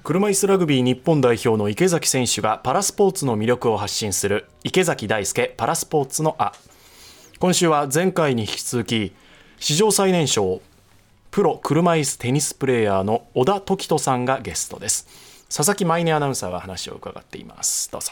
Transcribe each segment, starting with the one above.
車椅子ラグビー日本代表の池崎選手がパラスポーツの魅力を発信する池崎大輔パラスポーツのあ。今週は前回に引き続き史上最年少プロ車椅子テニスプレーヤーの小田凱人さんがゲストです。佐々木舞音アナウンサーが話を伺っています。どうぞ。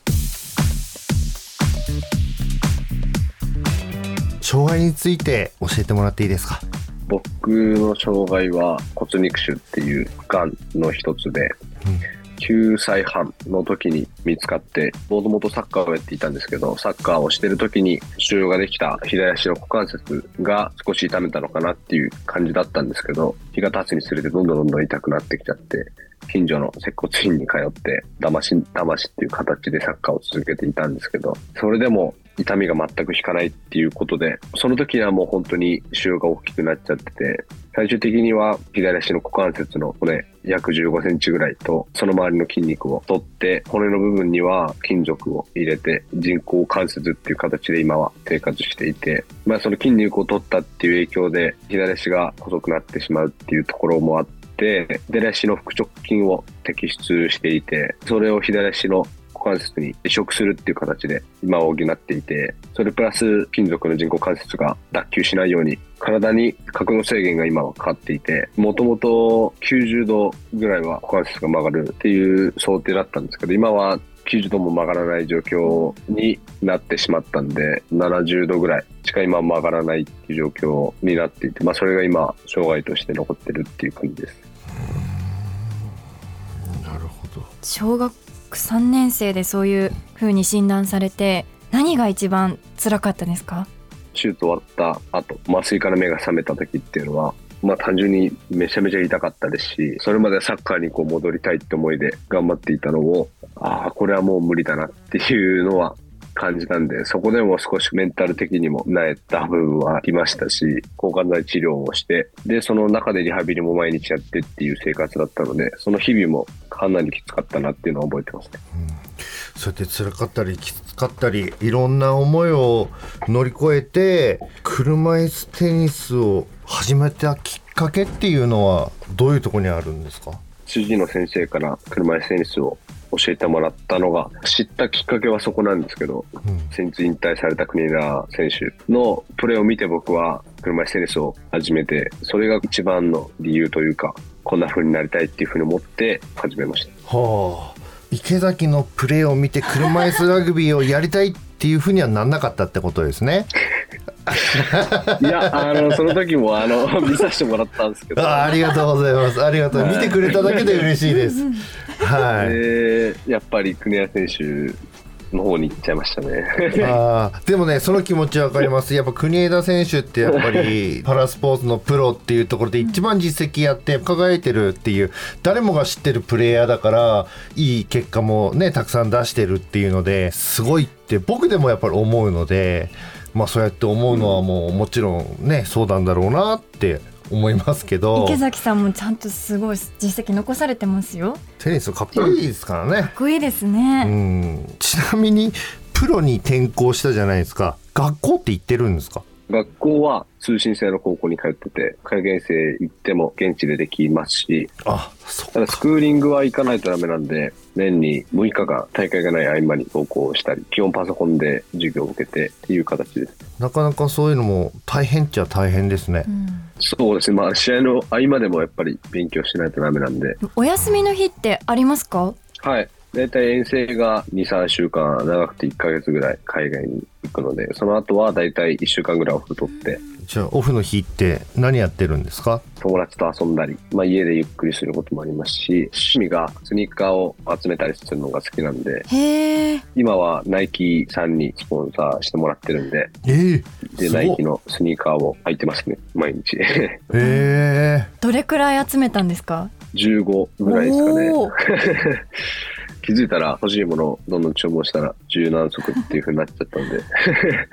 障害について教えてもらっていいですか？ 僕の障害は骨肉腫っていうがんの一つで、9歳半の時に見つかって、もともとサッカーをやっていたんですけど、サッカーをしてる時に腫瘍ができた左足の股関節が少し痛めたのかなっていう感じだったんですけど、日が経つにつれてどんどん痛くなってきちゃって、近所の接骨院に通ってだましっていう形でサッカーを続けていたんですけど、それでも痛みが全く引かないっていうことで、その時はもう本当に腫瘍が大きくなっちゃってて、最終的には左足の股関節の骨約15センチぐらいと、その周りの筋肉を取って、骨の部分には金属を入れて人工関節っていう形で今は生活していて、その筋肉を取ったっていう影響で左足が細くなってしまうっていうところもあって、左足の腹直筋を摘出していて、それを左足の股関節に移植するっていう形で今は補っていて、それプラス金属の人工関節が脱臼しないように体に角度制限が今はかかっていて、もともと90度ぐらいは股関節が曲がるっていう想定だったんですけど、今は90度も曲がらない状況になってしまったんで、70度ぐらいしか今曲がらないっていう状況になっていて、それが今障害として残ってるっていう感じです。 なるほど。 小学3年生でそういう風に診断されて、何が一番辛かったですか？ 手術終わった後、麻酔から目が覚めた時っていうのは、単純にめちゃめちゃ痛かったですし、それまでサッカーに戻りたいって思いで頑張っていたのを、これはもう無理だなっていうのは感じたんで、そこでも少しメンタル的にも萎えた部分はありましたし、抗がん剤治療をして、でその中でリハビリも毎日やってっていう生活だったので、その日々もかなりきつかったなっていうのは覚えてますね。 そうやって辛かったりきつかったり、いろんな思いを乗り越えて車椅子テニスを始めたきっかけっていうのはどういうところにあるんですか？ 主治医の先生から車椅子テニスを教えてもらったのが、知ったきっかけはそこなんですけど、先日引退された国枝選手のプレーを見て僕は車椅子テニスを始めて、それが一番の理由というか、こんな風になりたいっていう風に思って始めました。 池崎のプレーを見て車椅子ラグビーをやりたいっていう風にはなんなかったってことですね。 いや、その時も見させてもらったんですけど、 ありがとうございます。ありがとう。見てくれただけで嬉しいです。 やっぱり国枝選手の方に行っちゃいましたね。 でもね、その気持ちわかります。やっぱ国枝選手ってやっぱりパラスポーツのプロっていうところで一番実績やって輝いてるっていう、誰もが知ってるプレイヤーだから、いい結果もねたくさん出してるっていうので、すごいって僕でもやっぱり思うので、そうやって思うのはもちろんね、そうなんだろうなって思いますけど、 池崎さんもちゃんとすごい実績残されてますよ。 テニスかっこいいですからね。 かっこいいですね。 ちなみにプロに転校したじゃないですか。学校って行ってるんですか？ 学校は通信制の高校に通ってて、海外生行っても現地でできますし、ただスクーリングは行かないとダメなんで、年に6日間大会がない合間に登校したり、基本パソコンで授業を受けてっていう形です。 なかなかそういうのも大変っちゃ大変ですね。 そうですね。試合の合間でもやっぱり勉強しないとダメなんで。 お休みの日ってありますか？ はい。だいたい遠征が 2,3 週間、長くて1ヶ月ぐらい海外に行くので、その後はだいたい1週間ぐらいオフ取って。 じゃあオフの日って何やってるんですか？ 友達と遊んだり、家でゆっくりすることもありますし、趣味がスニーカーを集めたりするのが好きなんで、今はナイキさんにスポンサーしてもらってるんで、でナイキのスニーカーを履いてますね、毎日。 どれくらい集めたんですか ？15ぐらいですかね。気づいたら欲しいものをどんどん注文したら十何足っていう風になっちゃったんで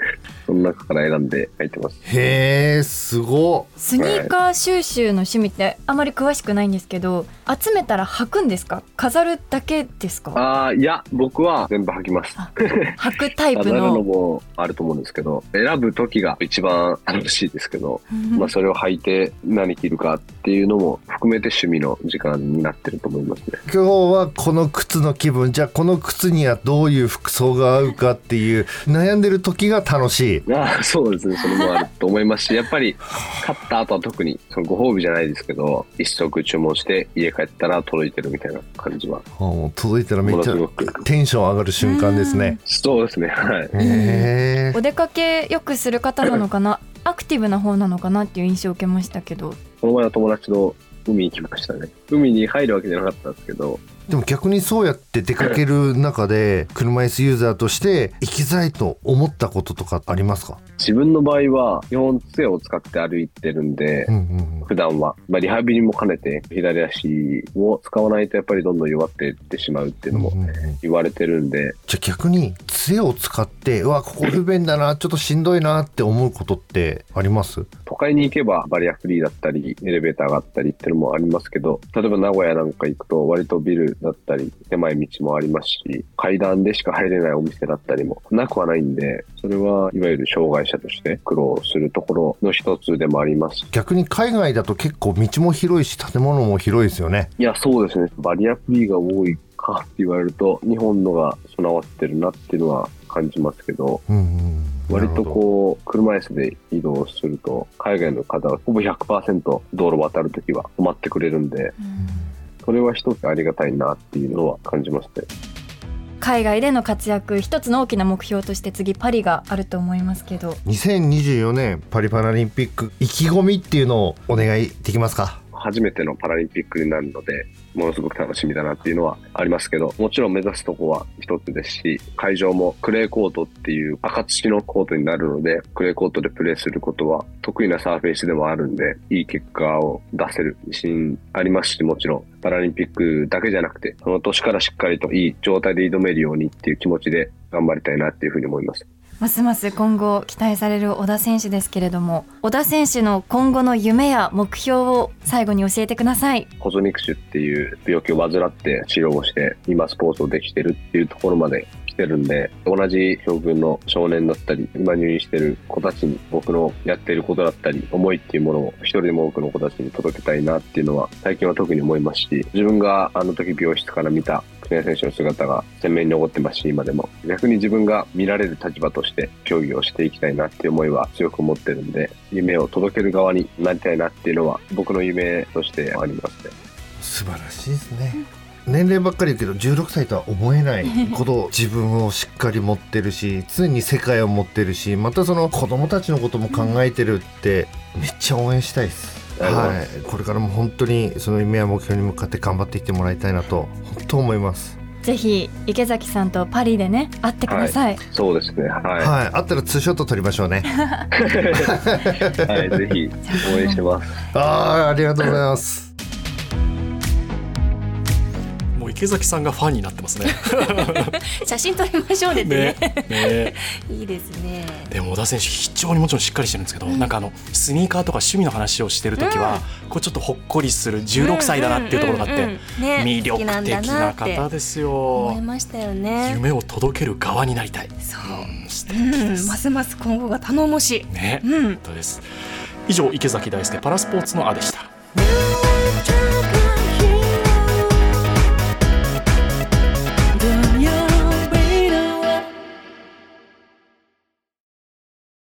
その中から選んで書いてます。 へー、すごっ。 スニーカー収集の趣味ってあまり詳しくないんですけど、集めたら履くんですか？飾るだけですか？ いや、僕は全部履きます。 履くタイプ飾るのの。 もあると思うんですけど、選ぶ時が一番楽しいですけど、それを履いて何着るかっていうのも含めて趣味の時間になってると思いますね。 今日はこの靴の気分、じゃあこの靴にはどういう服装が合うかっていう悩んでる時が楽しい。 そうですね、それもあると思いますし、やっぱり買った後は特にそのご褒美じゃないですけど、一足注文して家帰ったら届いてるみたいな感じは。 もう届いたらめっちゃテンション上がる瞬間ですね。 そうですね、はい。 お出かけよくする方なのかなアクティブな方なのかなっていう印象を受けましたけど。 この前は友達と海に行きましたね。海に入るわけじゃなかったんですけど、 でも逆にそうやって出かける中で車椅子ユーザーとして行きづらいと思ったこととかありますか？ 自分の場合は基本杖を使って歩いてるんで、普段は、リハビリも兼ねて左足を使わないとやっぱりどんどん弱っていってしまうっていうのも言われてるんで、 じゃあ逆に杖を使ってここ不便だな、ちょっとしんどいなって思うことってあります？ 都会に行けばバリアフリーだったりエレベーターがあったりっていうのもありますけど、例えば名古屋なんか行くと割とビルだったり狭い道もありますし、階段でしか入れないお店だったりもなくはないんで、それはいわゆる障害者として苦労するところの一つでもあります。 逆に海外だと結構道も広いし建物も広いですよね。 いや、そうですね。バリアフリーが多いかって言われると日本のが備わってるなっていうのは感じますけど、割とこう車椅子で移動すると海外の方はほぼ 100% 道路渡るときは止まってくれるんで、それは一つありがたいなっていうのは感じますね。 海外での活躍、一つの大きな目標として次パリがあると思いますけど、 2024年パリパラリンピック意気込みっていうのをお願いできますか？ 初めてのパラリンピックになるのでものすごく楽しみだなっていうのはありますけど、もちろん目指すとこは一つですし、会場もクレーコートっていう赤土のコートになるので、クレーコートでプレーすることは得意なサーフェイスでもあるんで、いい結果を出せる自信ありますし、もちろんパラリンピックだけじゃなくてその年からしっかりといい状態で挑めるようにっていう気持ちで頑張りたいなっていうふうに思います。 ますます今後期待される小田選手ですけれども、小田選手の今後の夢や目標を最後に教えてください。 骨肉腫っていう病気を患って治療をして今スポーツをできてるっていうところまで来てるんで、同じ境遇の少年だったり今入院してる子たちに僕のやっていることだったり思いっていうものを一人でも多くの子たちに届けたいなっていうのは最近は特に思いますし、自分があの時病室から見た国枝選手の姿が鮮明に残ってますし、今でも逆に自分が見られる立場として競技をしていきたいなっていう思いは強く持ってるんで、夢を届ける側になりたいなっていうのは僕の夢としてありますね。 素晴らしいですね。年齢ばっかり言うけど16歳とは思えないことを自分をしっかり持ってるし、常に世界を持ってるし、またその子供たちのことも考えてるってめっちゃ応援したいです。はい、これからも本当にその夢や目標に向かって頑張っていってもらいたいなと本当思います。 ぜひ池崎さんとパリでね会ってください。 そうですね、 はい、会ったらツーショット撮りましょうね。 はい、ぜひ応援してます。 ありがとうございます。 池崎さんがファンになってますね。 写真撮りましょうね。いいですね。 でも小田選手非常にもちろんしっかりしてるんですけど、なんかスニーカーとか趣味の話をしてるときは、こうちょっとほっこりする16歳だなっていうところがあって、魅力的な方ですよ。 思いましたよね。 夢を届ける側になりたい。 そう、 素敵です。 ますます今後が頼もしい。 ね、本当です。以上池崎大輔パラスポーツのあでした。